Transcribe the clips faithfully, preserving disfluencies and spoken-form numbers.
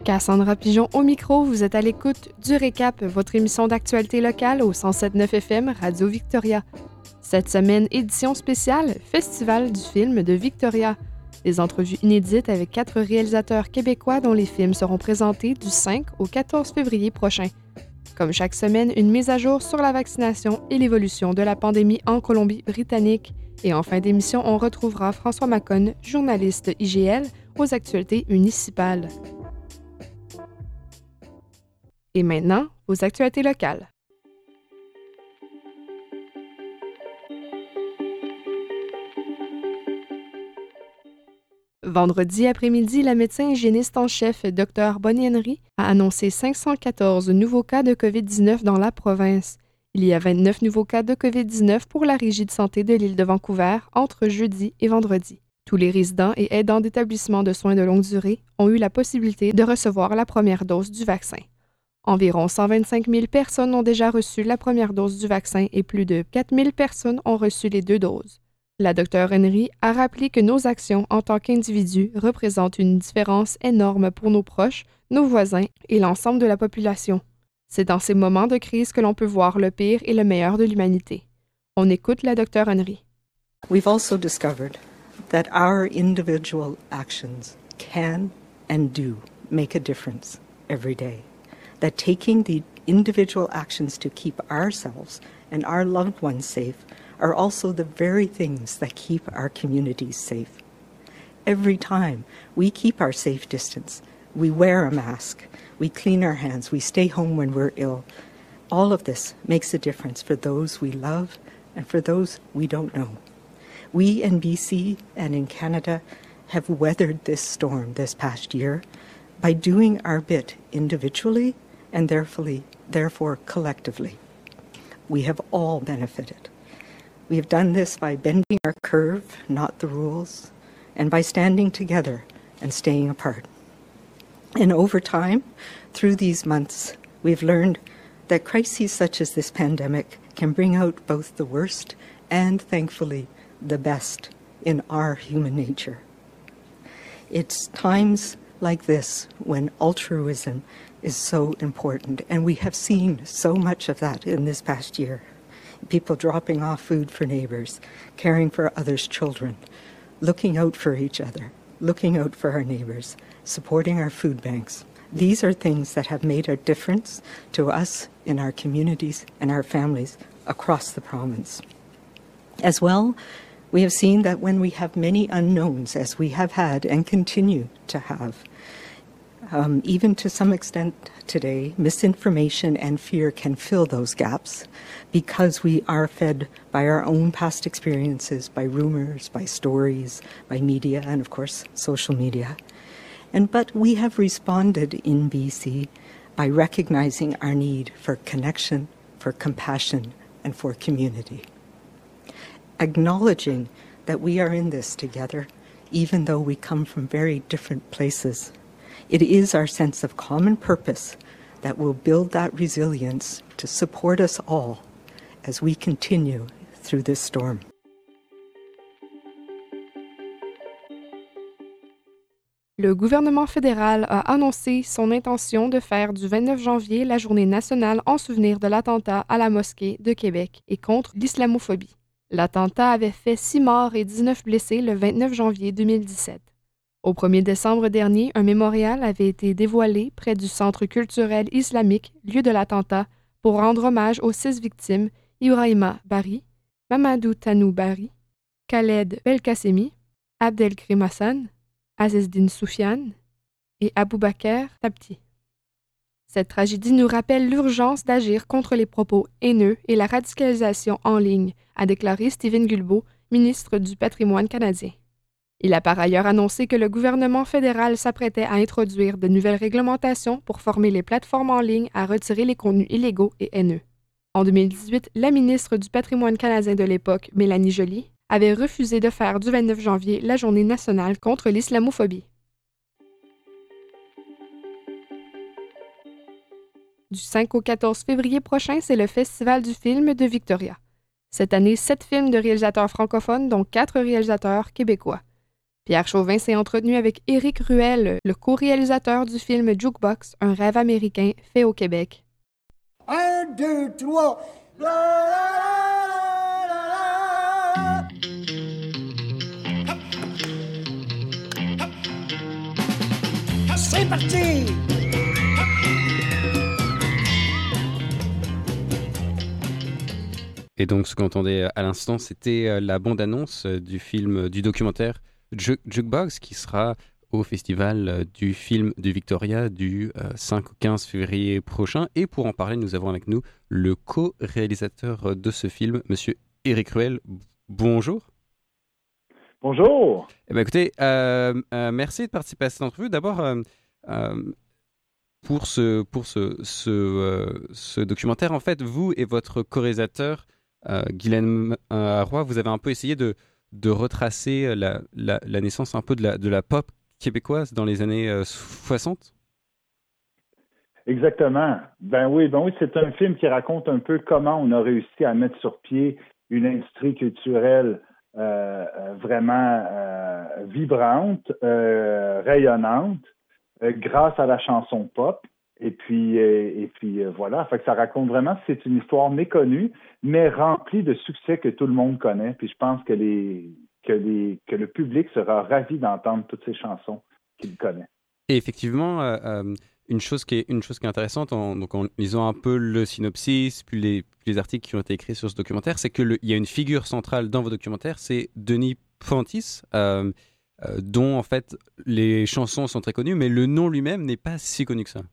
Cassandra Pigeon au micro, vous êtes à l'écoute du Récap, votre émission d'actualité locale au cent sept virgule neuf F M Radio Victoria. Cette semaine, édition spéciale, Festival du film de Victoria. Des entrevues inédites avec quatre réalisateurs québécois dont les films seront présentés du cinq au quatorze février prochain. Comme chaque semaine, une mise à jour sur la vaccination et l'évolution de la pandémie en Colombie-Britannique. Et en fin d'émission, on retrouvera François Maconne, journaliste I G L, aux actualités municipales. Et maintenant, aux actualités locales. Vendredi après-midi, la médecin hygiéniste en chef, Dr Bonnie Henry, a annoncé cinq cent quatorze nouveaux cas de covid dix-neuf dans la province. Il y a vingt-neuf nouveaux cas de covid dix-neuf pour la Régie de santé de l'île de Vancouver entre jeudi et vendredi. Tous les résidents et aidants d'établissements de soins de longue durée ont eu la possibilité de recevoir la première dose du vaccin. Environ cent vingt-cinq mille personnes ont déjà reçu la première dose du vaccin et plus de quatre mille personnes ont reçu les deux doses. La Dr Henry a rappelé que nos actions en tant qu'individus représentent une différence énorme pour nos proches, nos voisins et l'ensemble de la population. C'est dans ces moments de crise que l'on peut voir le pire et le meilleur de l'humanité. On écoute la Dr Henry. We've also discovered that our individual actions can and do make a difference every day. That taking the individual actions to keep ourselves and our loved ones safe are also the very things that keep our communities safe. Every time we keep our safe distance, we wear a mask, we clean our hands, we stay home when we're ill. All of this makes a difference for those we love and for those we don't know. We in B C and in Canada have weathered this storm this past year by doing our bit individually and therefore, therefore collectively. We have all benefited. We have done this by bending our curve, not the rules, and by standing together and staying apart. And over time, through these months, we've learned that crises such as this pandemic can bring out both the worst and, thankfully, the best in our human nature. It's times like this when altruism is so important, and we have seen so much of that in this past year. People dropping off food for neighbors, caring for others' children, looking out for each other, looking out for our neighbors, supporting our food banks. These are things that have made a difference to us in our communities and our families across the province. As well, we have seen that when we have many unknowns, as we have had and continue to have, Um, even to some extent today, misinformation and fear can fill those gaps because we are fed by our own past experiences, by rumors, by stories, by media, and of course, social media. And but we have responded in B C by recognizing our need for connection, for compassion, and for community. Acknowledging that we are in this together, even though we come from very different places. It is our sense of common purpose that will build that resilience to support us all as we continue through this storm. Le gouvernement fédéral a annoncé son intention de faire du vingt-neuf janvier la journée nationale en souvenir de l'attentat à la mosquée de Québec et contre l'islamophobie. L'attentat avait fait six morts et dix-neuf blessés le vingt-neuf janvier deux mille dix-sept. Au premier décembre dernier, un mémorial avait été dévoilé près du Centre culturel islamique, lieu de l'attentat, pour rendre hommage aux six victimes, Ibrahima Bari, Mamadou Tanou Bari, Khaled Belkacemi, Abdelkrim Hassan, Azizdine Soufiane et Aboubaker Tabti. Cette tragédie nous rappelle l'urgence d'agir contre les propos haineux et la radicalisation en ligne, a déclaré Stephen Guilbeault, ministre du Patrimoine canadien. Il a par ailleurs annoncé que le gouvernement fédéral s'apprêtait à introduire de nouvelles réglementations pour former les plateformes en ligne à retirer les contenus illégaux et haineux. En deux mille dix-huit, la ministre du Patrimoine canadien de l'époque, Mélanie Joly, avait refusé de faire du vingt-neuf janvier la journée nationale contre l'islamophobie. Du cinq au quatorze février prochain, c'est le Festival du film de Victoria. Cette année, sept films de réalisateurs francophones, dont quatre réalisateurs québécois. Pierre Chauvin s'est entretenu avec Éric Ruel, le co-réalisateur du film Jukebox, un rêve américain fait au Québec. Un, deux, trois. La, la, la, la, la. C'est parti! Et donc, ce qu'on entendait à l'instant, c'était la bande-annonce du film, du documentaire Juk- Jukebox, qui sera au Festival du film de Victoria du cinq au quinze février prochain. Et pour en parler, nous avons avec nous le co-réalisateur de ce film, Monsieur Éric Ruel. Bonjour. Bonjour. Eh bien, écoutez, euh, euh, merci de participer à cette entrevue. D'abord, euh, euh, pour ce, pour ce, ce, euh, ce documentaire, en fait, vous et votre co-réalisateur, euh, Guylaine Roy, vous avez un peu essayé de, de retracer la, la, la naissance un peu de la, de la pop québécoise dans les années euh, soixante. Exactement. Ben oui, ben oui, c'est un film qui raconte un peu comment on a réussi à mettre sur pied une industrie culturelle euh, vraiment euh, vibrante, euh, rayonnante, euh, grâce à la chanson pop. Et puis, euh, et puis euh, voilà, fait que ça raconte vraiment, c'est une histoire méconnue, mais remplie de succès que tout le monde connaît. Puis je pense que les que les que le public sera ravi d'entendre toutes ces chansons qu'il connaît. Et effectivement, euh, euh, une chose qui est une chose qui est intéressante, en, donc en lisant un peu le synopsis, puis les, puis les articles qui ont été écrits sur ce documentaire, c'est que le, il y a une figure centrale dans vos documentaires, c'est Denis Prentice, euh, euh, dont en fait les chansons sont très connues, mais le nom lui-même n'est pas si connu que ça.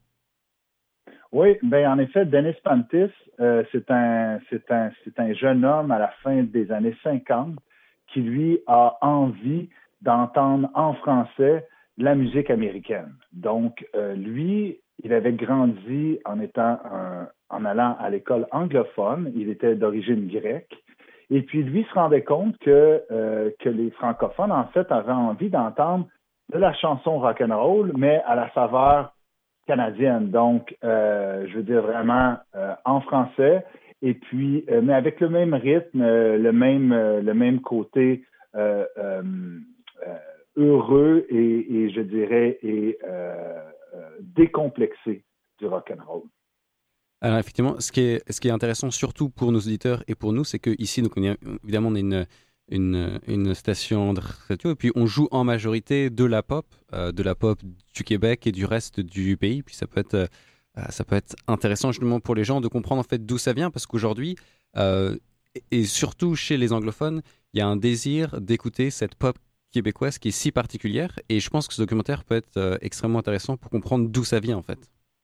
Oui, ben en effet, Denis Prentice, euh, c'est un c'est un c'est un jeune homme à la fin des années cinquante qui lui a envie d'entendre en français la musique américaine. Donc euh, lui, il avait grandi en étant un, en allant à l'école anglophone, il était d'origine grecque. Et puis lui se rendait compte que euh, que les francophones en fait avaient envie d'entendre de la chanson rock and roll, mais à la saveur canadienne. Donc, euh, je veux dire vraiment euh, en français, et puis, euh, mais avec le même rythme, euh, le même, euh, le même côté euh, euh, euh, heureux et, et je dirais et euh, euh, décomplexé du rock and roll. Alors effectivement, ce qui est ce qui est intéressant surtout pour nos auditeurs et pour nous, c'est que ici, donc on est, évidemment, on est une Une, une station de radio, et puis on joue en majorité de la pop, euh, de la pop du Québec et du reste du pays. Puis ça peut être, euh, ça peut être intéressant justement pour les gens de comprendre en fait d'où ça vient, parce qu'aujourd'hui, euh, et surtout chez les anglophones, il y a un désir d'écouter cette pop québécoise qui est si particulière, et je pense que ce documentaire peut être euh, extrêmement intéressant pour comprendre d'où ça vient en fait.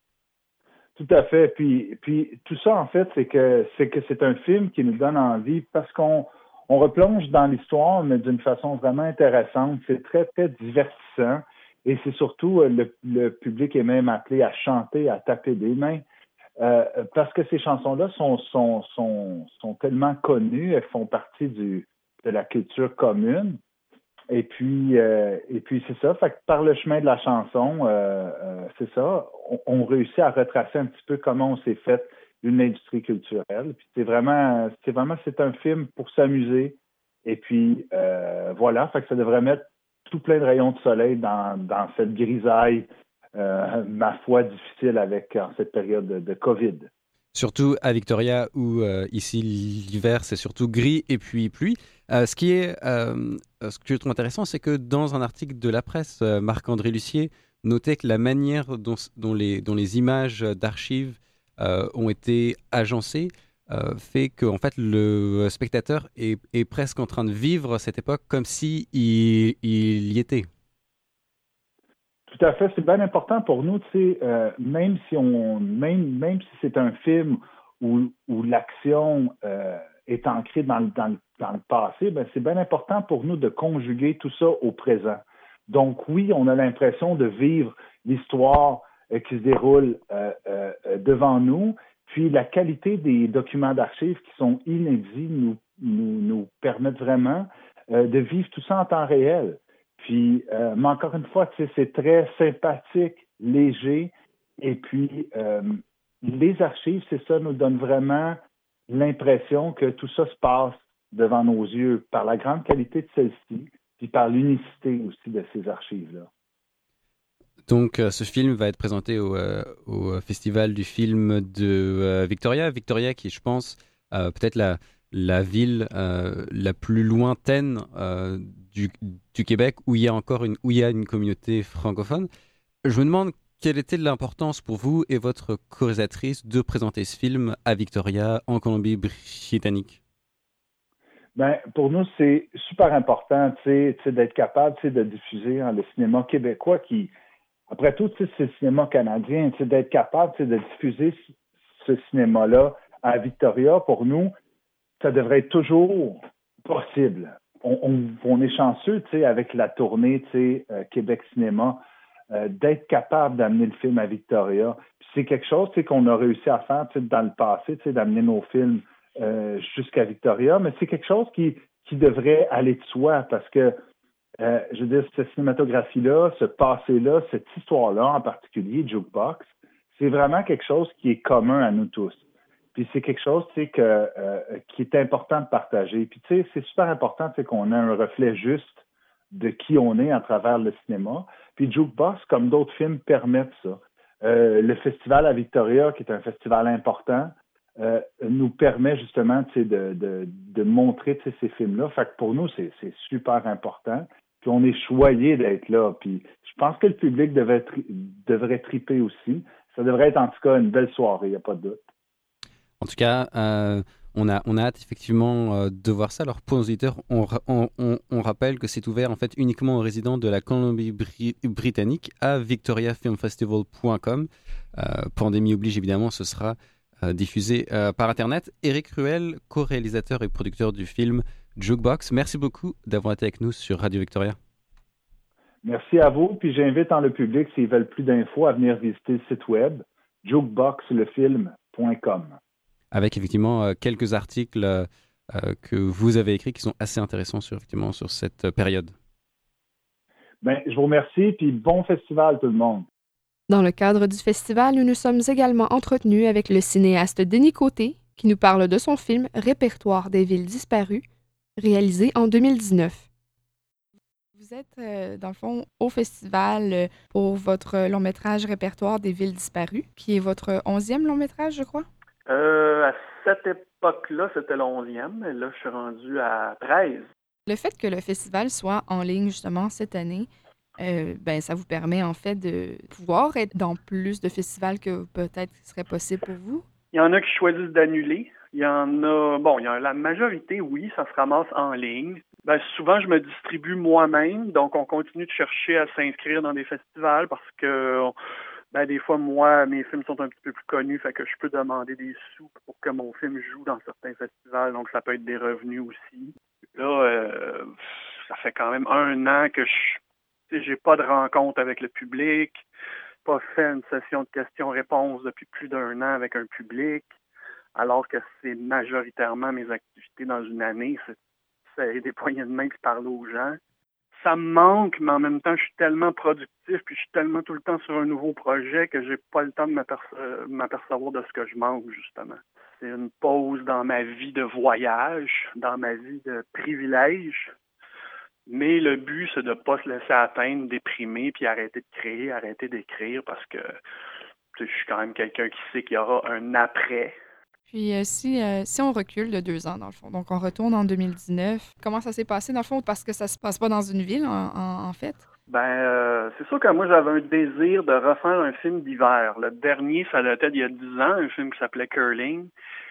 Tout à fait. Puis, puis tout ça en fait, c'est que c'est que c'est un film qui nous donne envie parce qu'on On replonge dans l'histoire, mais d'une façon vraiment intéressante. C'est très, très divertissant. Et c'est surtout, le, le public est même appelé à chanter, à taper des mains. Euh, parce que ces chansons-là sont, sont, sont, sont tellement connues, elles font partie du, de la culture commune. Et puis, euh, et puis c'est ça. Fait que par le chemin de la chanson, euh, euh, c'est ça, on, on réussit à retracer un petit peu comment on s'est fait une industrie culturelle. Puis c'est vraiment, c'est vraiment, c'est un film pour s'amuser. Et puis euh, voilà, fait que ça devrait mettre tout plein de rayons de soleil dans, dans cette grisaille, euh, ma foi, difficile avec en cette période de, de COVID. Surtout à Victoria, où euh, ici l'hiver c'est surtout gris et puis pluie. Euh, ce qui est, euh, ce que je trouve intéressant, c'est que dans un article de la presse, euh, Marc-André Lucier notait que la manière dont, dont, les, dont les images d'archives Euh, ont été agencés, euh, fait que en fait, le spectateur est, est presque en train de vivre cette époque comme si il, il y était. Tout à fait, c'est bien important pour nous, tu sais, euh, même si on, même, même si c'est un film où, où l'action euh, est ancrée dans le, dans le, dans le passé, ben c'est bien important pour nous de conjuguer tout ça au présent. Donc oui, on a l'impression de vivre l'histoire euh, qui se déroule euh, euh, devant nous, puis la qualité des documents d'archives qui sont inédits nous, nous, nous permettent vraiment euh, de vivre tout ça en temps réel. Puis, euh, mais encore une fois, c'est très sympathique, léger, et puis euh, les archives, c'est ça, nous donne vraiment l'impression que tout ça se passe devant nos yeux par la grande qualité de celle-ci, puis par l'unicité aussi de ces archives-là. Donc, euh, ce film va être présenté au, euh, au Festival du film de euh, Victoria. Victoria, qui est, je pense, euh, peut-être la, la ville euh, la plus lointaine euh, du, du Québec où il y a encore une, où il y a une communauté francophone. Je me demande quelle était l'importance pour vous et votre co-réalisatrice de présenter ce film à Victoria, en Colombie-Britannique. Ben, pour nous, c'est super important d'être capable de diffuser hein, le cinéma québécois qui, après tout, c'est le cinéma canadien, d'être capable de diffuser ce cinéma-là à Victoria, pour nous, ça devrait être toujours possible. On, on, on est chanceux avec la tournée euh, Québec Cinéma euh, d'être capable d'amener le film à Victoria. Puis c'est quelque chose qu'on a réussi à faire dans le passé, d'amener nos films euh, jusqu'à Victoria, mais c'est quelque chose qui, qui devrait aller de soi parce que Euh, je veux dire, cette cinématographie-là, ce passé-là, cette histoire-là en particulier, Jukebox, c'est vraiment quelque chose qui est commun à nous tous. Puis c'est quelque chose, tu sais, que, euh, qui est important de partager. Puis tu sais, c'est super important, tu sais, qu'on ait un reflet juste de qui on est à travers le cinéma. Puis Jukebox, comme d'autres films, permettent ça. Euh, le festival à Victoria, qui est un festival important, euh, nous permet justement, tu sais, de, de, de montrer, tu sais, ces films-là. Fait que pour nous, c'est, c'est super important. Puis on est choyé d'être là. Puis je pense que le public devait tri- devrait triper aussi. Ça devrait être en tout cas une belle soirée, il n'y a pas de doute. En tout cas, euh, on, a, on a hâte effectivement euh, de voir ça. Alors pour nos auditeurs, on, on, on, on rappelle que c'est ouvert en fait uniquement aux résidents de la Colombie-Britannique à victoria film festival point com. Euh, pandémie oblige, évidemment, ce sera euh, diffusé euh, par Internet. Éric Ruel, co-réalisateur et producteur du film Jukebox, merci beaucoup d'avoir été avec nous sur Radio Victoria. Merci à vous, puis j'invite en le public, s'ils veulent plus d'infos, à venir visiter le site web jukebox le film point com. Avec effectivement euh, quelques articles euh, que vous avez écrits qui sont assez intéressants sur, effectivement, sur cette période. Ben, je vous remercie, puis bon festival tout le monde. Dans le cadre du festival, nous nous sommes également entretenus avec le cinéaste Denis Côté, qui nous parle de son film Répertoire des villes disparues, réalisé en deux mille dix-neuf. Vous êtes, euh, dans le fond, au festival euh, pour votre long-métrage Répertoire des villes disparues, qui est votre onzième long-métrage, je crois? Euh, à cette époque-là, c'était l'onzième, et là, je suis rendu à treize. Le fait que le festival soit en ligne, justement, cette année, euh, ben, ça vous permet, en fait, de pouvoir être dans plus de festivals que peut-être ce serait possible pour vous? Il y en a qui choisissent d'annuler. Il y en a... Bon, il y a la majorité, oui, ça se ramasse en ligne. Ben, souvent, je me distribue moi-même, donc on continue de chercher à s'inscrire dans des festivals parce que, ben, des fois, moi, mes films sont un petit peu plus connus, fait que je peux demander des sous pour que mon film joue dans certains festivals, donc ça peut être des revenus aussi. Là, euh, ça fait quand même un an que je j'ai pas de rencontre avec le public, pas fait une session de questions-réponses depuis plus d'un an avec un public, alors que c'est majoritairement mes activités dans une année, c'est serrer des poignées de main et parler aux gens. Ça me manque, mais en même temps, je suis tellement productif puis je suis tellement tout le temps sur un nouveau projet que j'ai pas le temps de m'aperce- m'apercevoir de ce que je manque, justement. C'est une pause dans ma vie de voyage, dans ma vie de privilège. Mais le but, c'est de ne pas se laisser atteindre, déprimer, puis arrêter de créer, arrêter d'écrire, parce que je suis quand même quelqu'un qui sait qu'il y aura un après. Puis euh, si, euh, si on recule de deux ans, dans le fond, donc on retourne en deux mille dix-neuf, comment ça s'est passé, dans le fond, parce que ça se passe pas dans une ville, en, en, en fait? Ben, euh, c'est sûr que moi, j'avais un désir de refaire un film d'hiver. Le dernier, ça datait d'il y a dix ans, un film qui s'appelait Curling.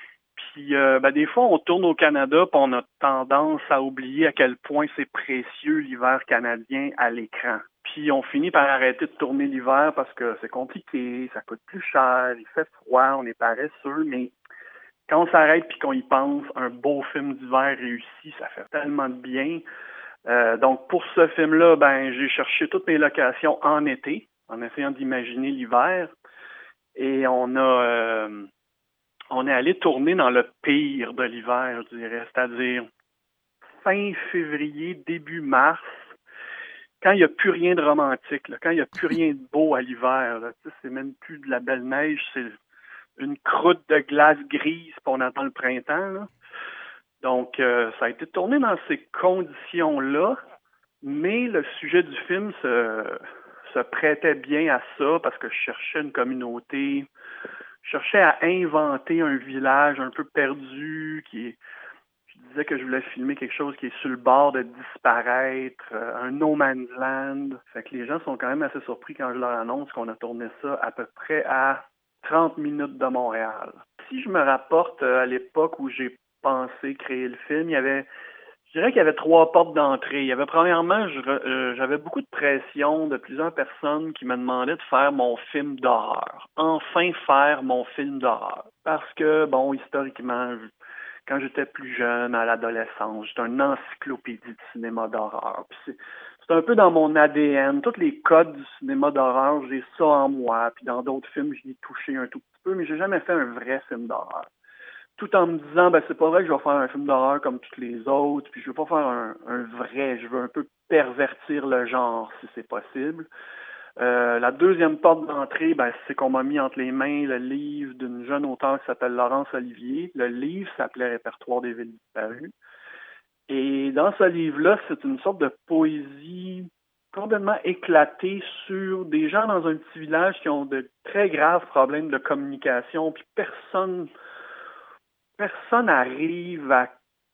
Puis, euh, ben, des fois, on tourne au Canada, puis on a tendance à oublier à quel point c'est précieux l'hiver canadien à l'écran. Puis, on finit par arrêter de tourner l'hiver parce que c'est compliqué, ça coûte plus cher, il fait froid, on est paresseux, mais quand on s'arrête puis qu'on y pense, un beau film d'hiver réussi, ça fait tellement de bien. Euh, donc, pour ce film-là, ben, j'ai cherché toutes mes locations en été, en essayant d'imaginer l'hiver. Et on a, euh, on est allé tourner dans le pire de l'hiver, je dirais, c'est-à-dire fin février, début mars, quand il n'y a plus rien de romantique, là, quand il n'y a plus rien de beau à l'hiver, là, c'est même plus de la belle neige, c'est une croûte de glace grise, puis on attend le printemps, là. Donc, euh, ça a été tourné dans ces conditions-là, Mais le sujet du film se, se prêtait bien à ça parce que je cherchais une communauté, je cherchais à inventer un village un peu perdu qui est. Je disais que je voulais filmer quelque chose qui est sur le bord de disparaître, euh, un no man's land. Fait que les gens sont quand même assez surpris quand je leur annonce qu'on a tourné ça à peu près à trente minutes de Montréal. Si je me rapporte euh, à l'époque où j'ai pensé créer le film, il y avait, je dirais qu'il y avait trois portes d'entrée. Il y avait premièrement, je, euh, j'avais beaucoup de pression de plusieurs personnes qui me demandaient de faire mon film d'horreur. Enfin faire mon film d'horreur. Parce que, bon, historiquement, je, quand j'étais plus jeune, à l'adolescence, j'étais une encyclopédie de cinéma d'horreur. Puis c'est, c'est un peu dans mon A D N. Tous les codes du cinéma d'horreur, j'ai ça en moi. Puis dans d'autres films, j'y ai touché un tout petit peu, mais j'ai jamais fait un vrai film d'horreur. Tout en me disant, ben c'est pas vrai que je vais faire un film d'horreur comme tous les autres, puis je veux pas faire un, un vrai, je veux un peu pervertir le genre si c'est possible. Euh, la deuxième porte d'entrée, ben, c'est qu'on m'a mis entre les mains le livre d'une jeune auteure qui s'appelle Laurence Olivier. Le livre s'appelait Répertoire des villes disparues. Et dans ce livre-là, c'est une sorte de poésie complètement éclatée sur des gens dans un petit village qui ont de très graves problèmes de communication, puis personne, personne n'arrive à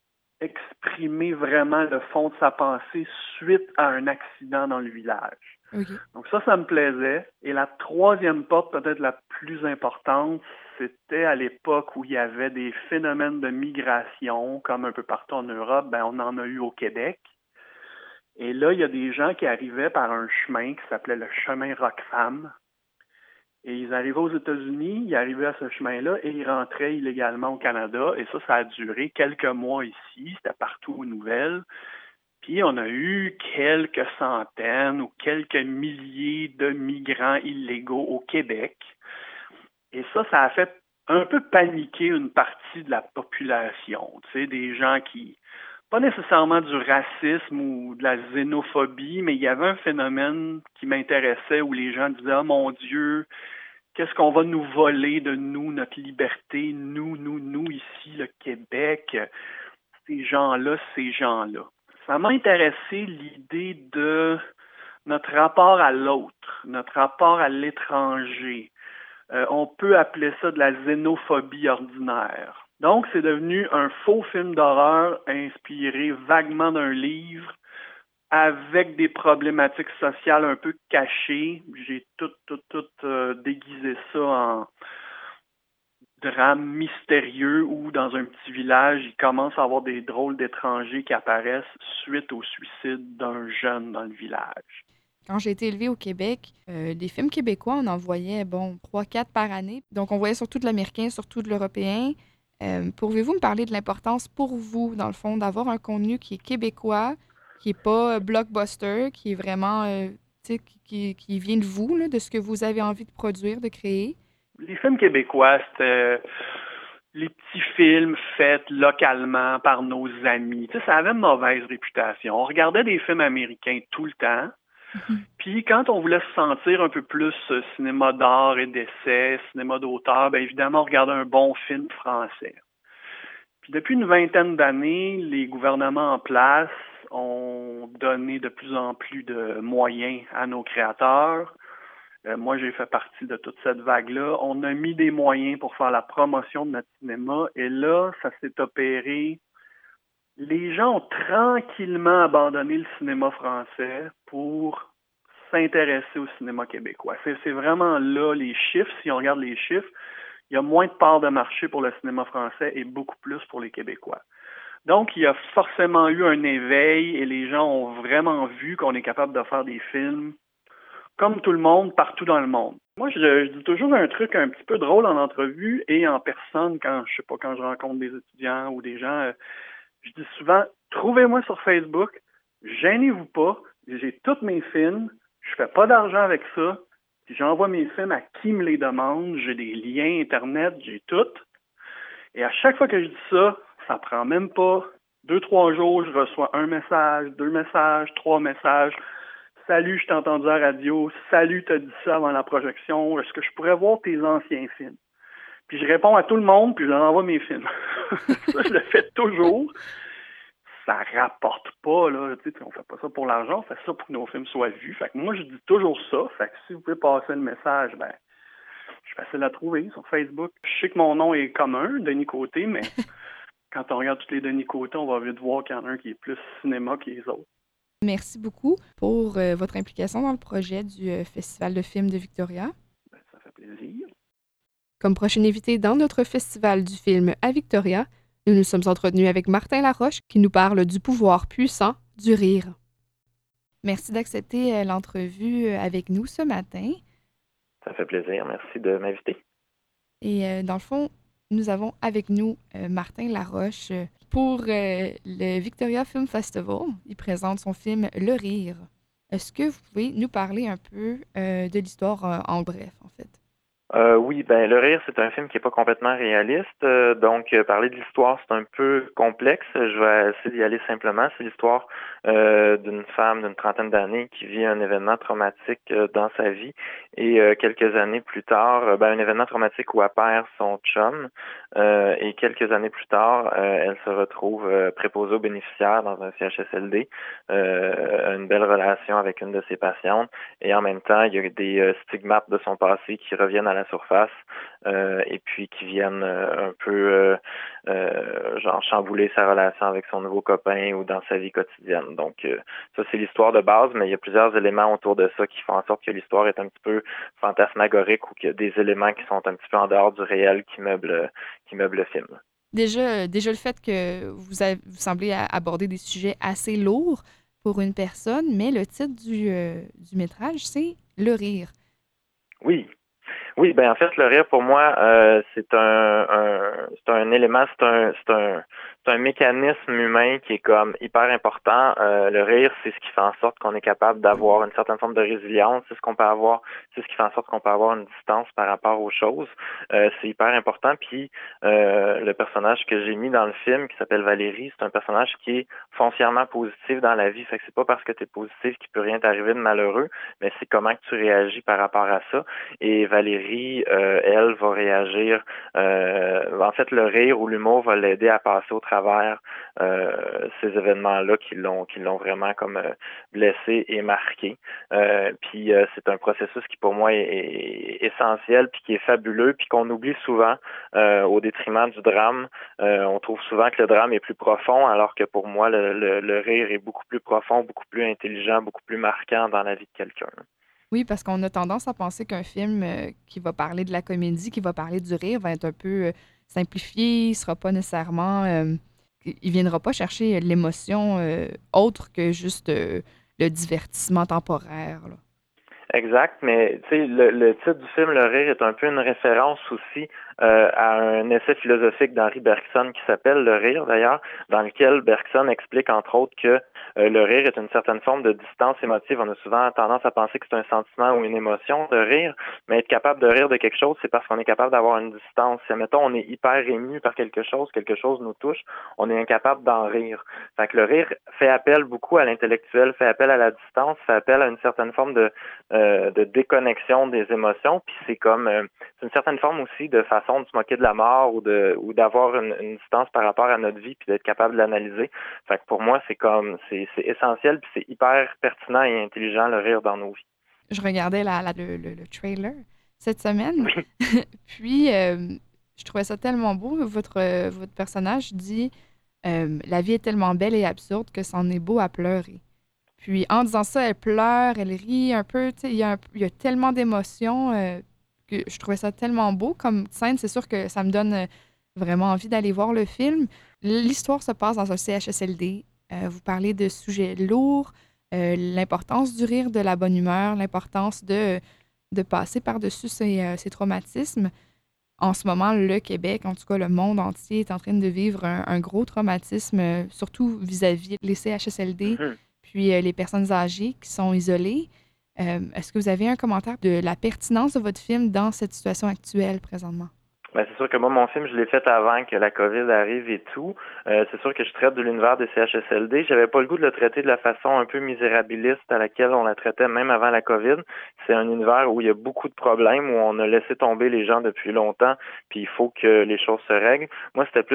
exprimer vraiment le fond de sa pensée suite à un accident dans le village. Okay. Donc ça, ça me plaisait. Et la troisième porte, peut-être la plus importante, c'était à l'époque où il y avait des phénomènes de migration, comme un peu partout en Europe, ben on en a eu au Québec. Et là, il y a des gens qui arrivaient par un chemin qui s'appelait le chemin Roquefemme. Et ils arrivaient aux États-Unis, ils arrivaient à ce chemin-là et ils rentraient illégalement au Canada. Et ça, ça a duré quelques mois ici, c'était partout aux nouvelles. Puis on a eu quelques centaines ou quelques milliers de migrants illégaux au Québec. Et ça, ça a fait un peu paniquer une partie de la population. Tu sais, des gens qui, pas nécessairement du racisme ou de la xénophobie, mais il y avait un phénomène qui m'intéressait où les gens disaient « Oh mon Dieu, qu'est-ce qu'on va nous voler de nous, notre liberté, nous, nous, nous, ici, le Québec, ces gens-là, ces gens-là. » Ça m'a intéressé l'idée de notre rapport à l'autre, notre rapport à l'étranger. Euh, on peut appeler ça de la xénophobie ordinaire. Donc, c'est devenu un faux film d'horreur inspiré vaguement d'un livre avec des problématiques sociales un peu cachées. J'ai tout, tout, tout euh, déguisé ça en drame mystérieux où, dans un petit village, il commence à avoir des drôles d'étrangers qui apparaissent suite au suicide d'un jeune dans le village. Quand j'ai été élevée au Québec, euh, les films québécois, on en voyait, bon, trois quatre par année. Donc, on voyait surtout de l'américain, surtout de l'européen. Euh, Pouvez-vous me parler de l'importance pour vous, dans le fond, d'avoir un contenu qui est québécois, qui n'est pas euh, blockbuster, qui est vraiment, euh, tu sais, qui, qui, qui vient de vous, là, de ce que vous avez envie de produire, de créer? Les films québécois, c'était les petits films faits localement par nos amis. Tu sais, ça avait une mauvaise réputation. On regardait des films américains tout le temps. Mm-hmm. Puis quand on voulait se sentir un peu plus euh, cinéma d'art et d'essai, cinéma d'auteur, bien évidemment, on regardait un bon film français. Puis depuis une vingtaine d'années, les gouvernements en place ont donné de plus en plus de moyens à nos créateurs. Euh, moi, j'ai fait partie de toute cette vague-là. On a mis des moyens pour faire la promotion de notre cinéma. Et là, ça s'est opéré. Les gens ont tranquillement abandonné le cinéma français pour s'intéresser au cinéma québécois. C'est, c'est vraiment là les chiffres. Si on regarde les chiffres, il y a moins de parts de marché pour le cinéma français et beaucoup plus pour les Québécois. Donc, il y a forcément eu un éveil et les gens ont vraiment vu qu'on est capable de faire des films comme tout le monde, partout dans le monde. Moi, je, je dis toujours un truc un petit peu drôle en entrevue et en personne quand, je sais pas, quand je rencontre des étudiants ou des gens, euh, je dis souvent, trouvez-moi sur Facebook, gênez-vous pas, j'ai tous mes films, je fais pas d'argent avec ça, puis j'envoie mes films à qui me les demande, j'ai des liens Internet, j'ai tout. Et à chaque fois que je dis ça, ça prend même pas deux, trois jours, je reçois un message, deux messages, trois messages. Salut, je t'ai entendu à la radio. Salut, t'as dit ça avant la projection. Est-ce que je pourrais voir tes anciens films? Puis je réponds à tout le monde, puis je leur envoie mes films. Ça, je le fais toujours. ça rapporte pas, là. Tu sais, on fait pas ça pour l'argent, on fait ça pour que nos films soient vus. Fait que moi, je dis toujours ça. Fait que si vous pouvez passer le message, ben, je suis facile à trouver sur Facebook. Je sais que mon nom est commun, Denis Côté, mais quand on regarde tous les Denis Côté, on va vite voir qu'il y en a un qui est plus cinéma que les autres. Merci beaucoup pour euh, votre implication dans le projet du euh, Festival de films de Victoria. Ben, ça fait plaisir. Comme prochain invité dans notre Festival du film à Victoria, nous nous sommes entretenus avec Martin Laroche qui nous parle du pouvoir puissant du rire. Merci d'accepter euh, l'entrevue euh, avec nous ce matin. Ça fait plaisir. Merci de m'inviter. Et euh, dans le fond, nous avons avec nous euh, Martin Laroche euh, pour euh, le Victoria Film Festival. Il présente son film Le Rire. Est-ce que vous pouvez nous parler un peu euh, de l'histoire euh, en bref, en fait? Euh, oui, ben Le Rire, c'est un film qui est pas complètement réaliste. Euh, donc, euh, parler de l'histoire, c'est un peu complexe. Je vais essayer d'y aller simplement. C'est l'histoire euh, d'une femme d'une trentaine d'années qui vit un événement traumatique euh, dans sa vie. Et euh, quelques années plus tard, euh, ben, un événement traumatique où elle perd son chum. Euh, et quelques années plus tard, euh, elle se retrouve euh, préposée aux bénéficiaires dans un C H S L D. Euh, une belle relation avec une de ses patientes. Et en même temps, il y a des euh, stigmates de son passé qui reviennent à la surface euh, et puis qui viennent euh, un peu euh, euh, genre chambouler sa relation avec son nouveau copain ou dans sa vie quotidienne. Donc euh, ça, c'est l'histoire de base, mais il y a plusieurs éléments autour de ça qui font en sorte que l'histoire est un petit peu fantasmagorique ou qu'il y a des éléments qui sont un petit peu en dehors du réel qui meublent, qui meublent le film. Déjà, déjà le fait que vous, avez, vous semblez aborder des sujets assez lourds pour une personne, mais le titre du, euh, du métrage, c'est Le Rire. Oui. Oui, ben en fait, le rire pour moi, euh, c'est un, un c'est un élément, c'est un c'est un c'est un mécanisme humain qui est comme hyper important. Euh, le rire, c'est ce qui fait en sorte qu'on est capable d'avoir une certaine forme de résilience. C'est ce qu'on peut avoir, c'est ce qui fait en sorte qu'on peut avoir une distance par rapport aux choses. Euh, c'est hyper important. Puis euh, le personnage que j'ai mis dans le film, qui s'appelle Valérie, c'est un personnage qui est foncièrement positif dans la vie. Fait que c'est pas parce que tu es positif qu'il peut rien t'arriver de malheureux, mais c'est comment que tu réagis par rapport à ça. Et Valérie, euh, elle, va réagir. Euh, en fait, le rire ou l'humour va l'aider à passer au travers euh, ces événements-là qui l'ont qui l'ont vraiment comme euh, blessé et marqué. Euh, puis euh, c'est un processus qui pour moi est, est essentiel, puis qui est fabuleux, puis qu'on oublie souvent euh, au détriment du drame. Euh, on trouve souvent que le drame est plus profond, alors que pour moi, le, le, le rire est beaucoup plus profond, beaucoup plus intelligent, beaucoup plus marquant dans la vie de quelqu'un. Oui, parce qu'on a tendance à penser qu'un film euh, qui va parler de la comédie, qui va parler du rire, va être un peu euh, simplifié, il sera pas nécessairement... Euh, il viendra pas chercher l'émotion euh, autre que juste euh, le divertissement temporaire, là. Exact, mais tu sais, le, le titre du film, Le Rire, est un peu une référence aussi euh, à un essai philosophique d'Henri Bergson qui s'appelle Le Rire, d'ailleurs, dans lequel Bergson explique, entre autres, que euh, le rire est une certaine forme de distance émotive. On a souvent tendance à penser que c'est un sentiment ou une émotion de rire, mais être capable de rire de quelque chose, c'est parce qu'on est capable d'avoir une distance. Si, admettons, on est hyper ému par quelque chose, quelque chose nous touche, on est incapable d'en rire. Fait que le rire fait appel beaucoup à l'intellectuel, fait appel à la distance, fait appel à une certaine forme de euh, de déconnexion des émotions, puis c'est comme euh, c'est une certaine forme aussi de façon de se moquer de la mort ou de ou d'avoir une, une distance par rapport à notre vie, puis d'être capable de l'analyser. Fait que pour moi, c'est comme c'est c'est essentiel, puis c'est hyper pertinent et intelligent le rire dans nos vies. Je regardais la, la, le, le, le trailer cette semaine, oui. puis euh, je trouvais ça tellement beau. Votre, euh, votre personnage dit euh, « La vie est tellement belle et absurde que c'en est beau à pleurer ». Puis en disant ça, elle pleure, elle rit un peu, tu sais, il y a, un, il y a tellement d'émotions euh, que je trouvais ça tellement beau comme scène. C'est sûr que ça me donne euh, vraiment envie d'aller voir le film. L'histoire se passe dans un C H S L D. Euh, vous parlez de sujets lourds, euh, l'importance du rire, de la bonne humeur, l'importance de, de passer par-dessus ces, euh, ces traumatismes. En ce moment, le Québec, en tout cas le monde entier, est en train de vivre un, un gros traumatisme, euh, surtout vis-à-vis les C H S L D. Mm-hmm. Puis euh, les personnes âgées qui sont isolées. Euh, est-ce que vous avez un commentaire de la pertinence de votre film dans cette situation actuelle présentement? Ben, c'est sûr que moi, mon film, je l'ai fait avant que la COVID arrive et tout. Euh, c'est sûr que je traite de l'univers des C H S L D. J'avais pas le goût de le traiter de la façon un peu misérabiliste à laquelle on la traitait même avant la COVID. C'est un univers où il y a beaucoup de problèmes, où on a laissé tomber les gens depuis longtemps, puis il faut que les choses se règlent. Moi, c'était plus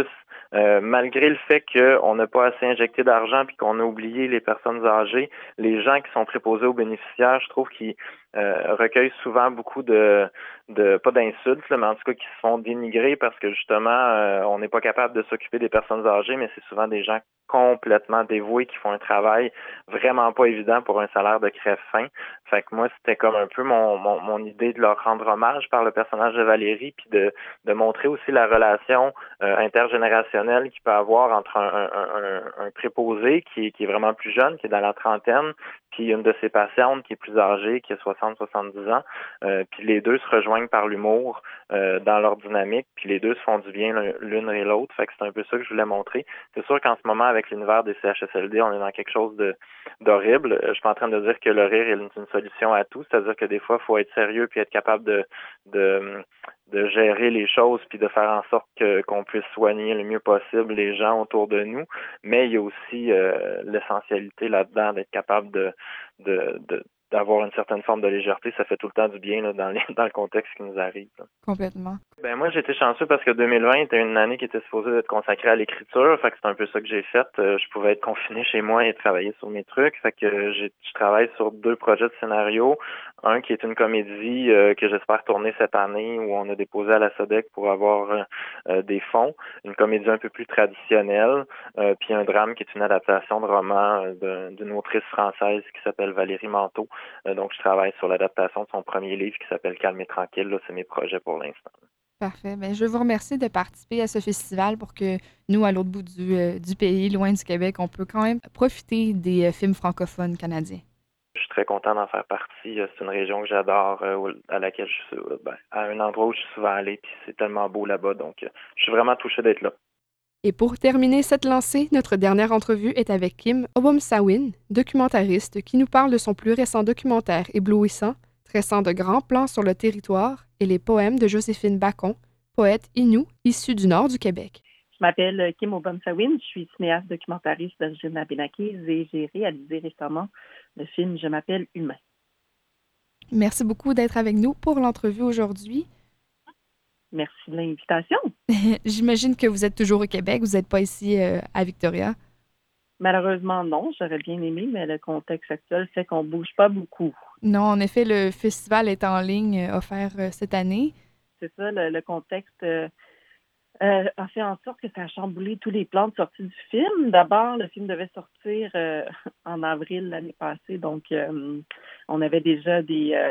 euh, malgré le fait qu'on n'a pas assez injecté d'argent puis qu'on a oublié les personnes âgées, les gens qui sont préposés aux bénéficiaires, je trouve qu'ils euh, recueillent souvent beaucoup de, de pas d'insultes, là, mais en tout cas qui se font dénigrer parce que justement, euh, on n'est pas capable de s'occuper des personnes âgées, mais c'est souvent des gens complètement dévoués qui font un travail vraiment pas évident pour un salaire de crève-faim. Fait que moi, c'était comme un peu mon, mon, mon idée de leur rendre hommage par le personnage de Valérie, puis de, de montrer aussi la relation euh, intergénérationnelle qu'il peut avoir entre un, un, un, un préposé qui est, qui est vraiment plus jeune, qui est dans la trentaine, puis une de ses patientes qui est plus âgée, qui a soixante soixante-dix ans. Euh, puis les deux se rejoignent par l'humour euh, dans leur dynamique, puis les deux se font du bien l'une et l'autre. Fait que c'est un peu ça que je voulais montrer. C'est sûr qu'en ce moment, avec l'univers des C H S L D, on est dans quelque chose de d'horrible. Je suis pas en train de dire que le rire est une, une solution à tout, c'est-à-dire que des fois, il faut être sérieux puis être capable de, de de gérer les choses puis de faire en sorte que qu'on puisse soigner le mieux possible les gens autour de nous. Mais il y a aussi euh, l'essentialité là-dedans d'être capable de de, de d'avoir une certaine forme de légèreté, ça fait tout le temps du bien là, dans, les, dans le contexte qui nous arrive. Là. Complètement. Ben moi, j'ai été chanceux parce que deux mille vingt était une année qui était supposée être consacrée à l'écriture, fait que c'est un peu ça que j'ai fait. Euh, je pouvais être confiné chez moi et travailler sur mes trucs, fait que j'ai, je travaille sur deux projets de scénario. Un qui est une comédie euh, que j'espère tourner cette année, où on a déposé à la SODEC pour avoir euh, des fonds. Une comédie un peu plus traditionnelle, euh, puis un drame qui est une adaptation de roman euh, d'une autrice française qui s'appelle Valérie Manteau. Euh, donc, je travaille sur l'adaptation de son premier livre qui s'appelle Calme et tranquille. Là, c'est mes projets pour l'instant. Parfait. Bien, je vous remercie de participer à ce festival pour que nous, à l'autre bout du, euh, du pays, loin du Québec, on peut quand même profiter des euh, films francophones canadiens. Je suis très content d'en faire partie. C'est une région que j'adore, euh, à laquelle je suis, ben, à un endroit où je suis souvent allé, puis c'est tellement beau là-bas. Donc, euh, je suis vraiment touché d'être là. Et pour terminer cette lancée, notre dernière entrevue est avec Kim Obomsawin, documentariste, qui nous parle de son plus récent documentaire éblouissant, tressant de grands plans sur le territoire et les poèmes de Joséphine Bacon, poète Innu issue du nord du Québec. Je m'appelle Kim Obomsawin, je suis cinéaste documentariste d'origine abénaquise et j'ai réalisé récemment le film Je m'appelle Humain. Merci beaucoup d'être avec nous pour l'entrevue aujourd'hui. Merci de l'invitation. J'imagine que vous êtes toujours au Québec, vous n'êtes pas ici euh, à Victoria. Malheureusement, non. J'aurais bien aimé, mais le contexte actuel fait qu'on ne bouge pas beaucoup. Non, en effet, le festival est en ligne, euh, offert euh, cette année. C'est ça, le, le contexte euh, euh, a fait en sorte que ça a chamboulé tous les plans de sortie du film. D'abord, le film devait sortir euh, en avril l'année passée, donc euh, on avait déjà des... Euh,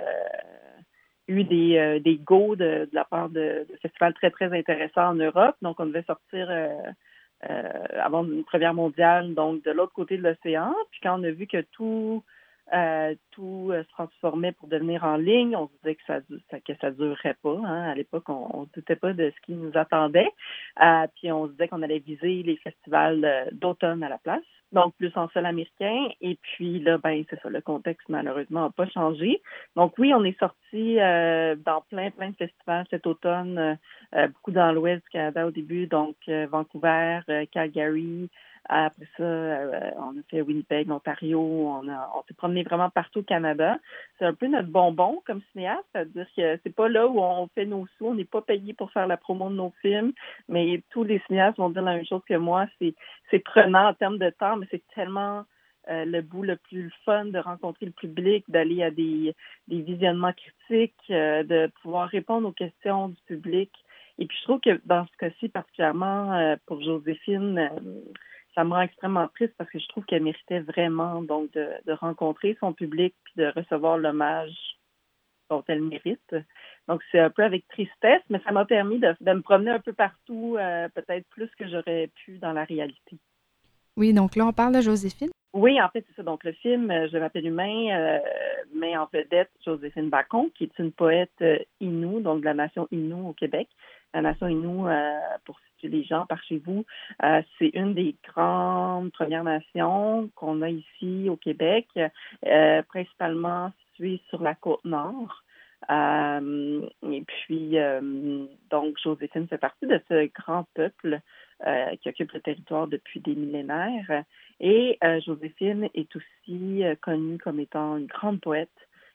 eu des, euh, des go de, de la part de, de festivals très, très intéressants en Europe. Donc, on devait sortir euh, euh, avant une première mondiale, donc de l'autre côté de l'océan. Puis quand on a vu que tout, euh, tout euh, se transformait pour devenir en ligne, on se disait que ça ça, que ça durerait pas. Hein. À l'époque, on ne se doutait pas de ce qui nous attendait. Euh, puis on se disait qu'on allait viser les festivals euh, d'automne à la place. Donc, plus en sol américain. Et puis là, ben c'est ça, le contexte, malheureusement, n'a pas changé. Donc oui, on est sorti euh, dans plein, plein de festivals cet automne, euh, beaucoup dans l'ouest du Canada au début, donc euh, Vancouver, euh, Calgary. Après ça, euh, on a fait Winnipeg, Ontario. On, a, on s'est promené vraiment partout au Canada. C'est un peu notre bonbon comme cinéaste, c'est-à-dire que c'est pas là où on fait nos sous, on n'est pas payé pour faire la promo de nos films, mais tous les cinéastes vont dire la même chose que moi. C'est, c'est prenant en termes de temps, mais c'est tellement euh, le bout le plus fun de rencontrer le public, d'aller à des, des visionnements critiques, euh, de pouvoir répondre aux questions du public. Et puis je trouve que dans ce cas-ci, particulièrement euh, pour Joséphine, euh, ça me rend extrêmement triste parce que je trouve qu'elle méritait vraiment donc de, de rencontrer son public puis de recevoir l'hommage dont elle mérite. Donc, c'est un peu avec tristesse, mais ça m'a permis de, de me promener un peu partout, euh, peut-être plus que j'aurais pu dans la réalité. Oui, donc là, on parle de Joséphine. Oui, en fait, c'est ça. Donc, le film « Je m'appelle Humain euh, » met en vedette Joséphine Bacon, qui est une poète euh, Innu, donc de la nation Innu au Québec. La nation Innu, euh, pour situer les gens par chez vous, euh, c'est une des grandes Premières Nations qu'on a ici au Québec, euh, principalement située sur la côte nord. Euh, et puis, euh, donc, Joséphine fait partie de ce grand peuple euh, qui occupe le territoire depuis des millénaires. Et euh, Joséphine est aussi euh, connue comme étant une grande poète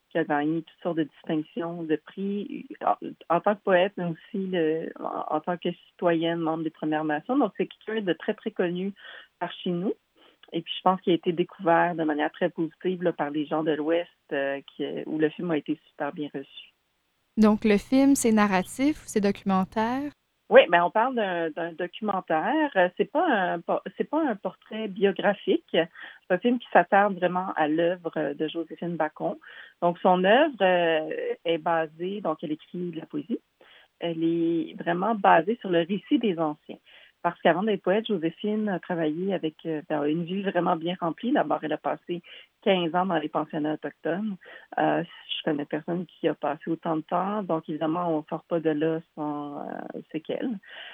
qui a gagné toutes sortes de distinctions, de prix, en, en tant que poète, mais aussi le, en, en tant que citoyenne, membre des Premières Nations. Donc, c'est quelqu'un de très, très connu par chez nous. Et puis, je pense qu'il a été découvert de manière très positive là, par les gens de l'Ouest, euh, qui, où le film a été super bien reçu. Donc, le film, c'est narratif ou c'est documentaire? Oui, ben on parle d'un, d'un documentaire. C'est pas un c'est pas un portrait biographique. C'est un film qui s'attarde vraiment à l'œuvre de Joséphine Bacon. Donc, son œuvre euh, est basée, donc elle écrit de la poésie. Elle est vraiment basée sur le récit des anciens. Parce qu'avant d'être poète, Joséphine a travaillé avec euh, ben, une vie vraiment bien remplie. D'abord, elle a passé quinze ans dans les pensionnats autochtones. Euh, je connais personne qui a passé autant de temps. Donc, évidemment, on ne sort pas de là sans euh, séquelles.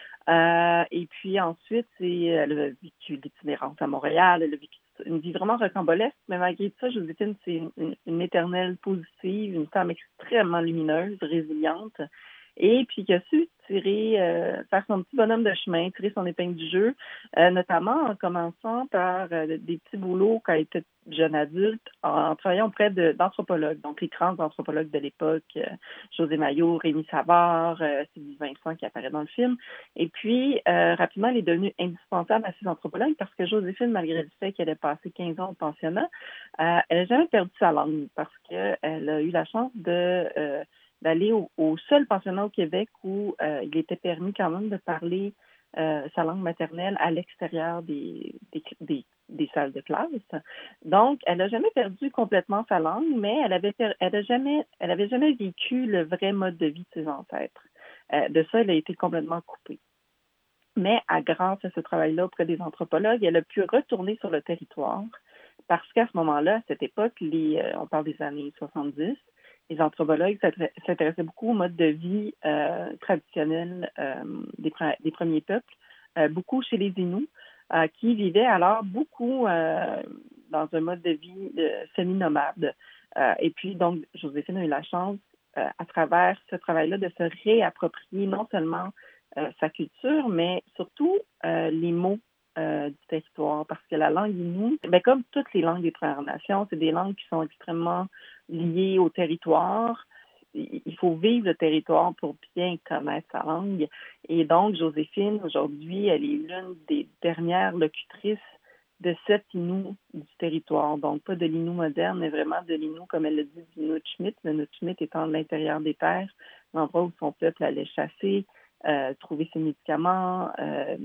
Euh, et puis ensuite, c'est, elle a vécu l'itinérance à Montréal. Elle a vécu une vie vraiment rocambolesque. Mais malgré tout ça, Joséphine, c'est une, une, une éternelle positive, une femme extrêmement lumineuse, résiliente. Et puis qui a su tirer, euh, faire son petit bonhomme de chemin, tirer son épingle du jeu, euh, notamment en commençant par euh, des petits boulots quand elle était jeune adulte, en, en travaillant auprès de, d'anthropologues, donc les grands anthropologues de l'époque, euh, José Maillot, Rémi Savard, euh, Sylvie Vincent qui apparaît dans le film. Et puis, euh, rapidement, elle est devenue indispensable à ces anthropologues parce que Joséphine, malgré le fait qu'elle ait passé quinze ans au pensionnat, euh, elle n'a jamais perdu sa langue parce qu'elle a eu la chance de... Euh, d'aller au, au seul pensionnat au Québec où euh, il était permis quand même de parler euh, sa langue maternelle à l'extérieur des, des, des, des salles de classe. Donc, elle n'a jamais perdu complètement sa langue, mais elle avait, elle a jamais, elle avait jamais vécu le vrai mode de vie de ses ancêtres. Euh, de ça, elle a été complètement coupée. Mais à grâce à ce travail-là auprès des anthropologues, elle a pu retourner sur le territoire parce qu'à ce moment-là, à cette époque, les, euh, on parle des années soixante-dix, les anthropologues s'intéressaient beaucoup au mode de vie euh, traditionnel euh, des, pre- des premiers peuples, euh, beaucoup chez les Inuits, euh, qui vivaient alors beaucoup euh, dans un mode de vie euh, semi-nomade. Euh, et puis, donc, Joséphine a eu la chance, euh, à travers ce travail-là, de se réapproprier non seulement euh, sa culture, mais surtout euh, les mots Euh, du territoire, parce que la langue Innu, ben, comme toutes les langues des Premières Nations, c'est des langues qui sont extrêmement liées au territoire. Il faut vivre le territoire pour bien connaître sa langue. Et donc, Joséphine, aujourd'hui, elle est l'une des dernières locutrices de cet Innu du territoire. Donc, pas de l'Innu moderne, mais vraiment de l'Innu, comme elle le dit, du Nutchmit. Le Nutchmit étant l'intérieur des terres, l'endroit où son peuple allait chasser, euh, trouver ses médicaments, euh,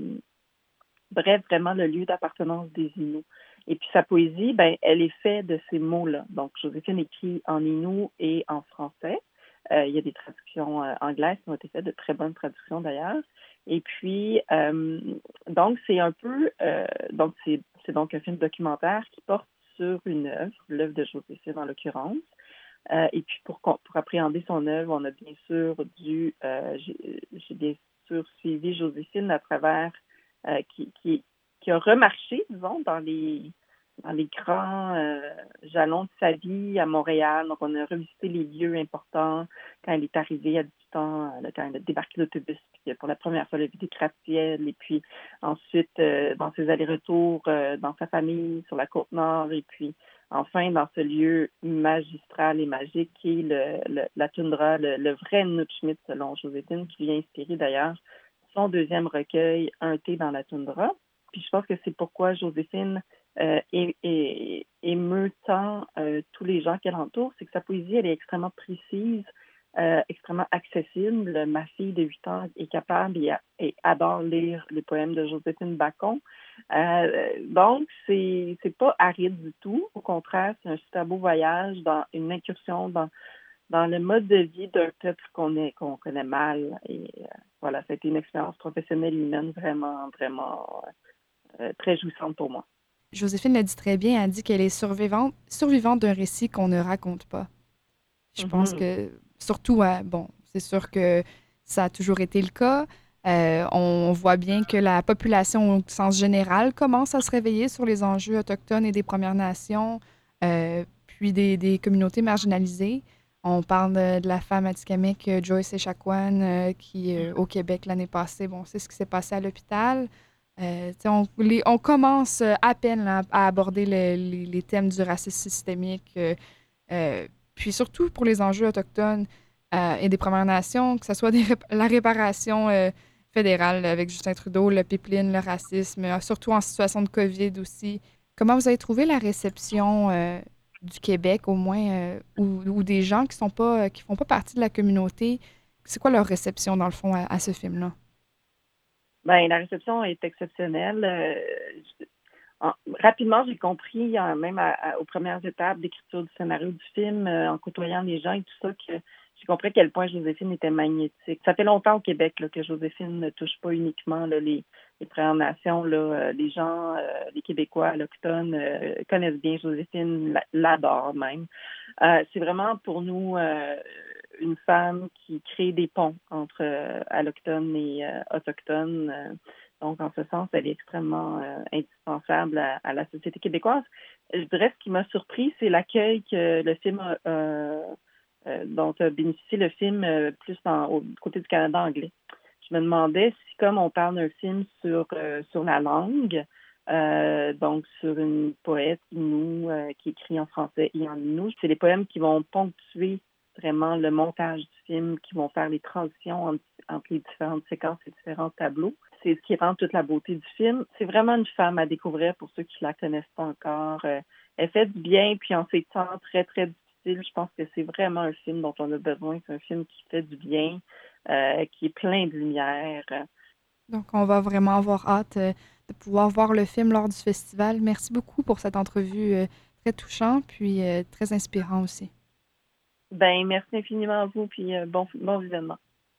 bref, vraiment le lieu d'appartenance des Inuits. Et puis sa poésie, ben, elle est faite de ces mots-là. Donc, Joséphine écrit en Innu et en français. Euh, il y a des traductions euh, anglaises qui ont été faites, de très bonnes traductions d'ailleurs. Et puis, euh, donc, c'est un peu, euh, donc c'est, c'est donc un film documentaire qui porte sur une œuvre, l'œuvre de Joséphine en l'occurrence. Euh, et puis, pour, pour appréhender son œuvre, on a bien sûr dû, euh, j'ai, j'ai bien sûr suivi Joséphine à travers Euh, qui, qui, qui a remarché, disons, dans les, dans les grands euh, jalons de sa vie à Montréal. Donc, on a revisité les lieux importants quand elle est arrivée à dix-huit ans, quand elle a débarqué l'autobus, puis pour la première fois, elle a vu des gratte-ciels, et puis ensuite, euh, dans ses allers-retours, euh, dans sa famille, sur la Côte-Nord, et puis enfin, dans ce lieu magistral et magique qui est le, le, la toundra, le, le vrai Nutchmit, selon Joséphine, qui lui a inspiré d'ailleurs son deuxième recueil, Un thé dans la toundra. Puis je pense que c'est pourquoi Joséphine euh, é- é- émeut tant euh, tous les gens qu'elle entoure, c'est que sa poésie, elle est extrêmement précise, euh, extrêmement accessible. Ma fille de huit ans est capable et, a- et adore lire les poèmes de Joséphine Bacon. Euh, donc, c'est, c'est pas aride du tout. Au contraire, c'est un super beau voyage dans une incursion dans dans le mode de vie d'un peuple qu'on, est, qu'on connaît mal. Et euh, voilà, ça a été une expérience professionnelle humaine vraiment, vraiment euh, très jouissante pour moi. Joséphine l'a dit très bien, elle dit qu'elle est survivante, survivante d'un récit qu'on ne raconte pas. Je mm-hmm. pense que, surtout, euh, bon, c'est sûr que ça a toujours été le cas. Euh, on voit bien que la population, au sens général, commence à se réveiller sur les enjeux autochtones et des Premières Nations, euh, puis des, des communautés marginalisées. On parle de, de la femme atikamekw Joyce Echaquan euh, qui, euh, au Québec, l'année passée, bon, c'est ce qui s'est passé à l'hôpital. Euh, on, les, on commence à peine là, à aborder le, les, les thèmes du racisme systémique. Euh, euh, puis surtout pour les enjeux autochtones euh, et des Premières Nations, que ce soit des rép- la réparation euh, fédérale avec Justin Trudeau, le pipeline, le racisme, euh, surtout en situation de COVID aussi. Comment vous avez trouvé la réception euh, du Québec, au moins, euh, ou, ou des gens qui sont pas, euh, qui font pas partie de la communauté? C'est quoi leur réception, dans le fond, à, à ce film-là? Ben, la réception est exceptionnelle. Euh, je- en- rapidement, j'ai compris, euh, même à- à- aux premières étapes d'écriture du scénario du film, euh, en côtoyant les gens et tout ça, que j'ai compris à quel point Joséphine était magnétique. Ça fait longtemps au Québec là, que Joséphine ne touche pas uniquement là, les, les Premières Nations. Là, euh, les gens, euh, les Québécois, autochtones, euh, connaissent bien Joséphine, la- l'adorent même. Euh, c'est vraiment pour nous euh, une femme qui crée des ponts entre euh, allochtones et euh, autochtones. Euh, donc, en ce sens, elle est extrêmement euh, indispensable à, à la société québécoise. Je dirais ce qui m'a surpris, c'est l'accueil que le film a, euh, euh, dont a bénéficié le film euh, plus dans, au côté du Canada anglais. Je me demandais si, comme on parle d'un film sur, euh, sur la langue, euh, donc sur une poète Innu euh, qui écrit en français et en Innu, c'est les poèmes qui vont ponctuer vraiment le montage du film, qui vont faire les transitions entre, entre les différentes séquences et différents tableaux. C'est ce qui rend toute la beauté du film. C'est vraiment une femme à découvrir pour ceux qui ne la connaissent pas encore. Euh, elle fait du bien, puis en ces temps très, très difficiles, je pense que c'est vraiment un film dont on a besoin. C'est un film qui fait du bien, euh, qui est plein de lumière. Donc, on va vraiment avoir hâte euh, de pouvoir voir le film lors du festival. Merci beaucoup pour cette entrevue euh, très touchante, puis euh, très inspirant aussi. Ben, merci infiniment à vous, puis euh, bon, bon visionnement.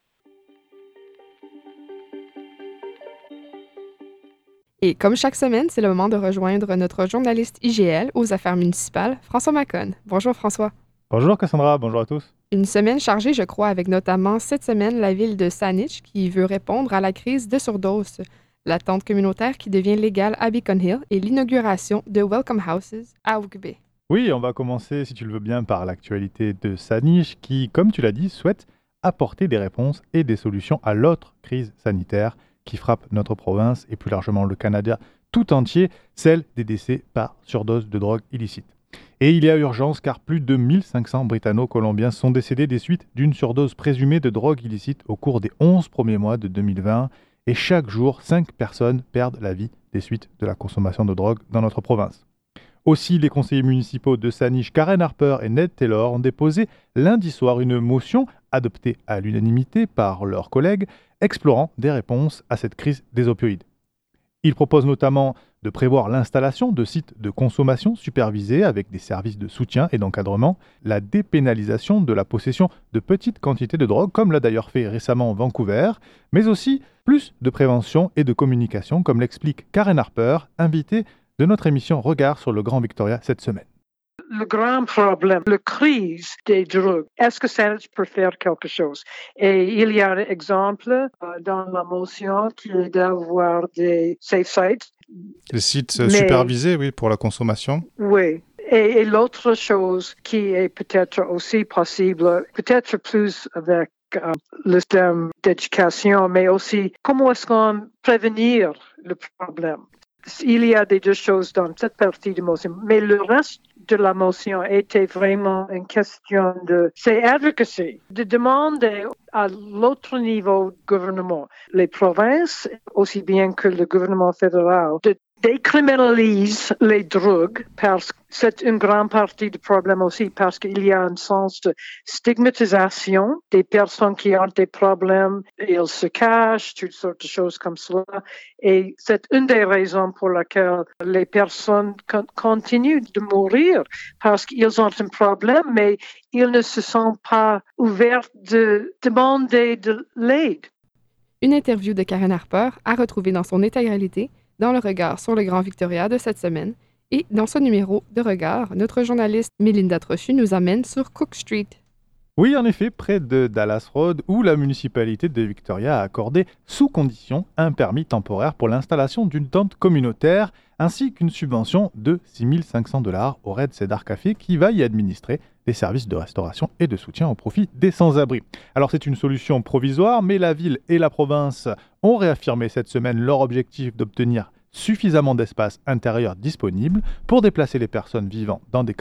Et comme chaque semaine, c'est le moment de rejoindre notre journaliste I G L aux affaires municipales, François Macon. Bonjour François. Bonjour Cassandra, bonjour à tous. Une semaine chargée, je crois, avec notamment cette semaine la ville de Saanich qui veut répondre à la crise de surdose, la tente communautaire qui devient légale à Beacon Hill et l'inauguration de Welcome Houses à Hawke's Bay. Oui, on va commencer, si tu le veux bien, par l'actualité de Saanich qui, comme tu l'as dit, souhaite apporter des réponses et des solutions à l'autre crise sanitaire qui frappe notre province et plus largement le Canada tout entier, celle des décès par surdose de drogue illicite. Et il y a urgence car plus de mille cinq cents Britanno-Colombiens sont décédés des suites d'une surdose présumée de drogue illicite au cours des onze premiers mois de deux mille vingt et chaque jour, cinq personnes perdent la vie des suites de la consommation de drogue dans notre province. Aussi, les conseillers municipaux de Saanich, Karen Harper et Ned Taylor, ont déposé lundi soir une motion adoptée à l'unanimité par leurs collègues, explorant des réponses à cette crise des opioïdes. Ils proposent notamment de prévoir l'installation de sites de consommation supervisés avec des services de soutien et d'encadrement, la dépénalisation de la possession de petites quantités de drogue, comme l'a d'ailleurs fait récemment Vancouver, mais aussi plus de prévention et de communication, comme l'explique Karen Harper, invitée de notre émission Regard sur le Grand Victoria cette semaine. Le grand problème, la crise des drogues, est-ce que Saanich peut faire quelque chose? Et il y a un exemple euh, dans la motion qui est d'avoir des safe sites. Les sites Mais, supervisés, oui, pour la consommation. Oui. Et, et l'autre chose qui est peut-être aussi possible, peut-être plus avec euh, le système d'éducation, mais aussi comment est-ce qu'on prévenir le problème? Il y a des deux choses dans cette partie de motion, mais le reste de la motion était vraiment une question de, c'est advocacy, de demander à l'autre niveau du gouvernement, les provinces, aussi bien que le gouvernement fédéral, de décriminalise les drogues parce que c'est une grande partie du problème aussi parce qu'il y a un sens de stigmatisation des personnes qui ont des problèmes, ils se cachent, toutes sortes de choses comme cela. Et c'est une des raisons pour laquelle les personnes con- continuent de mourir parce qu'ils ont un problème, mais ils ne se sentent pas ouverts de demander de l'aide. Une interview de Karen Harper à retrouver dans son intégralité dans le Regard sur le Grand Victoria de cette semaine. Et dans ce numéro de Regard, notre journaliste Mélinda Trochu nous amène sur Cook Street. Oui, en effet, près de Dallas Road, où la municipalité de Victoria a accordé, sous condition, un permis temporaire pour l'installation d'une tente communautaire, ainsi qu'une subvention de six mille cinq cents dollars au Red Cedar Café qui va y administrer des services de restauration et de soutien au profit des sans-abri. Alors c'est une solution provisoire, mais la ville et la province ont réaffirmé cette semaine leur objectif d'obtenir suffisamment d'espace intérieur disponible pour déplacer les personnes vivant dans des campements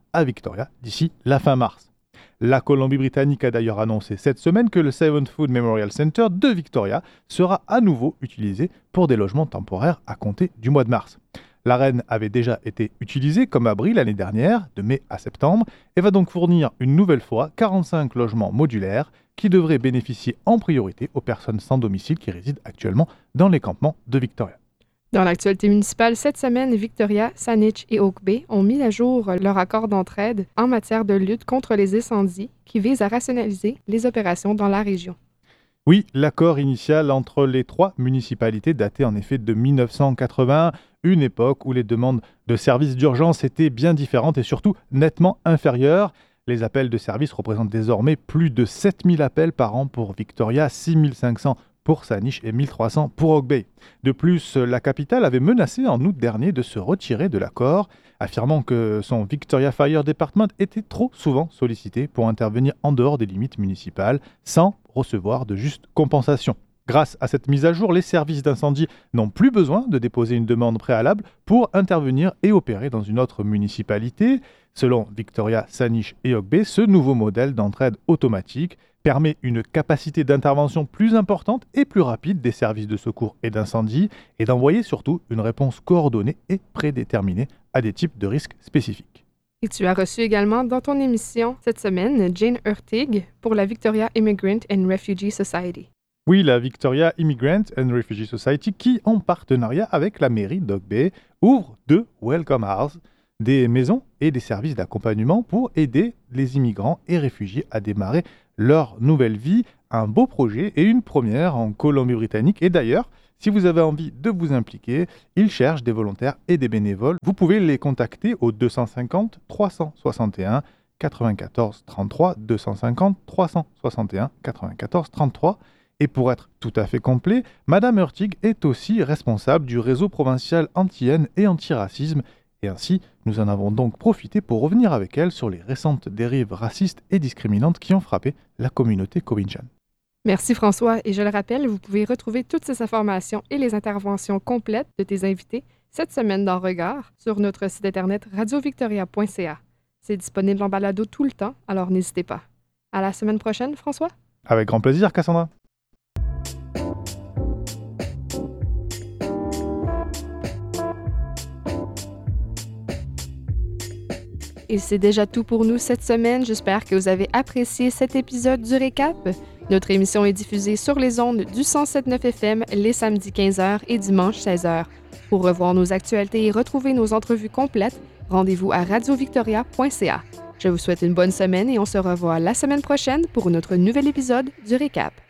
à Victoria d'ici la fin mars. La Colombie-Britannique a d'ailleurs annoncé cette semaine que le Seventh Food Memorial Center de Victoria sera à nouveau utilisé pour des logements temporaires à compter du mois de mars. L'arène avait déjà été utilisée comme abri l'année dernière, de mai à septembre, et va donc fournir une nouvelle fois quarante-cinq logements modulaires qui devraient bénéficier en priorité aux personnes sans domicile qui résident actuellement dans les campements de Victoria. Dans l'actualité municipale, cette semaine, Victoria, Saanich et Oak Bay ont mis à jour leur accord d'entraide en matière de lutte contre les incendies qui vise à rationaliser les opérations dans la région. Oui, l'accord initial entre les trois municipalités datait en effet de dix-neuf cent quatre-vingts, une époque où les demandes de services d'urgence étaient bien différentes et surtout nettement inférieures. Les appels de services représentent désormais plus de sept mille appels par an pour Victoria, six mille cinq cents pour Saanich et mille trois cents pour Oak Bay. De plus, la capitale avait menacé en août dernier de se retirer de l'accord, affirmant que son Victoria Fire Department était trop souvent sollicité pour intervenir en dehors des limites municipales sans recevoir de juste compensation. Grâce à cette mise à jour, les services d'incendie n'ont plus besoin de déposer une demande préalable pour intervenir et opérer dans une autre municipalité. Selon Victoria, Saanich et Oak Bay, ce nouveau modèle d'entraide automatique permet une capacité d'intervention plus importante et plus rapide des services de secours et d'incendie et d'envoyer surtout une réponse coordonnée et prédéterminée à des types de risques spécifiques. Et tu as reçu également dans ton émission cette semaine Jane Hurtig pour la Victoria Immigrant and Refugee Society. Oui, la Victoria Immigrant and Refugee Society qui, en partenariat avec la mairie d'Oak Bay, ouvre deux Welcome Houses, des maisons et des services d'accompagnement pour aider les immigrants et réfugiés à démarrer leur nouvelle vie. Un beau projet et une première en Colombie-Britannique. Et d'ailleurs, si vous avez envie de vous impliquer, ils cherchent des volontaires et des bénévoles. Vous pouvez les contacter au deux cent cinquante trois cent soixante et un quatre-vingt-quatorze trente-trois, deux cent cinquante trois cent soixante et un quatre-vingt-quatorze trente-trois. Et pour être tout à fait complet, Madame Hurtig est aussi responsable du réseau provincial anti-haine et anti-racisme. Et ainsi, nous en avons donc profité pour revenir avec elle sur les récentes dérives racistes et discriminantes qui ont frappé la communauté cowinchane. Merci François, et je le rappelle, vous pouvez retrouver toutes ces informations et les interventions complètes de tes invités cette semaine dans Regard sur notre site internet radio victoria point c a. C'est disponible en balado tout le temps, alors n'hésitez pas. À la semaine prochaine, François. Avec grand plaisir, Cassandra. Et c'est déjà tout pour nous cette semaine. J'espère que vous avez apprécié cet épisode du Récap. Notre émission est diffusée sur les ondes du cent sept virgule neuf F M les samedis quinze heures et dimanche seize heures. Pour revoir nos actualités et retrouver nos entrevues complètes, rendez-vous à radio victoria point c a. Je vous souhaite une bonne semaine et on se revoit la semaine prochaine pour notre nouvel épisode du Récap.